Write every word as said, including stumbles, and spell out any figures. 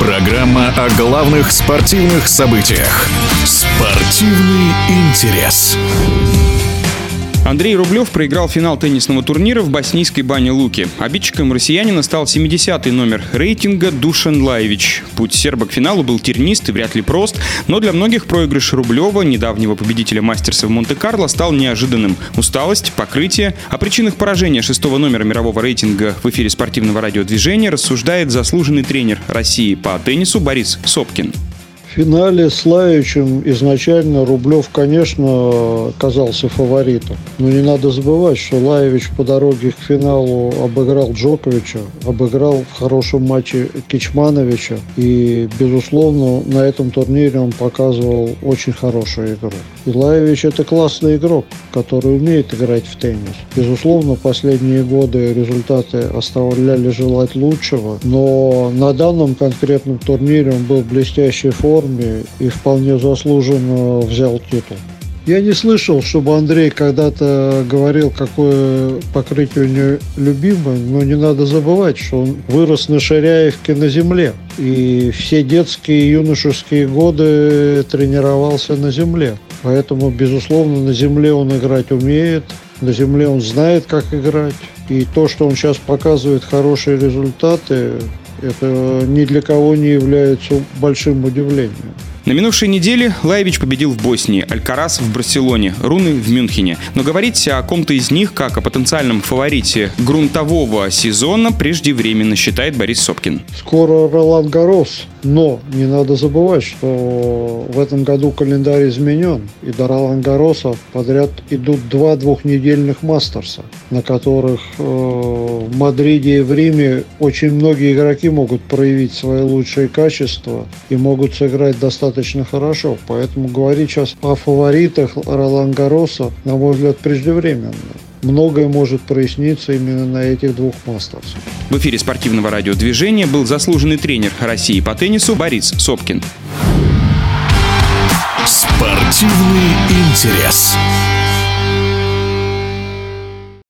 Программа о главных спортивных событиях. Спортивный интерес. Андрей Рублев проиграл финал теннисного турнира в боснийской бане Луки. Обидчиком россиянина стал семидесятый номер рейтинга Душан Лаевич. Путь серба к финалу был тернист и вряд ли прост, но для многих проигрыш Рублева, недавнего победителя мастерса в Монте-Карло, стал неожиданным. Усталость, покрытие. О причинах поражения шестого номера мирового рейтинга в эфире спортивного радиодвижения рассуждает заслуженный тренер России по теннису Борис Сопкин. В финале с Лаевичем изначально Рублев, конечно, казался фаворитом. Но не надо забывать, что Лаевич по дороге к финалу обыграл Джоковича, обыграл в хорошем матче Кичмановича. И, безусловно, на этом турнире он показывал очень хорошую игру. И Лаевич – это классный игрок, который умеет играть в теннис. Безусловно, последние годы результаты оставляли желать лучшего. Но на данном конкретном турнире он был в блестящей форме и вполне заслуженно взял титул. Я не слышал, чтобы Андрей когда-то говорил, какое покрытие у него любимое, но не надо забывать, что он вырос на Ширяевке на земле. И все детские и юношеские годы тренировался на земле. Поэтому, безусловно, на земле он играть умеет, на земле он знает, как играть. И то, что он сейчас показывает хорошие результаты, это ни для кого не является большим удивлением. На минувшей неделе Лаевич победил в Боснии, Алькарас в Барселоне, Руны в Мюнхене. Но говорить о ком-то из них как о потенциальном фаворите грунтового сезона преждевременно, считает Борис Сопкин. Скоро Ролан Гаррос, но не надо забывать, что в этом году календарь изменен, и до Ролан Гарроса подряд идут два двухнедельных мастерса, на которых э, в Мадриде и в Риме очень многие игроки могут проявить свои лучшие качества и могут сыграть достаточно достаточно хорошо. Поэтому говорить сейчас о фаворитах Ролан Гарроса, на мой взгляд, преждевременно. Многое может проясниться именно на этих двух мастерсах. В эфире спортивного радиодвижения был заслуженный тренер России по теннису Борис Сопкин. Спортивный интерес.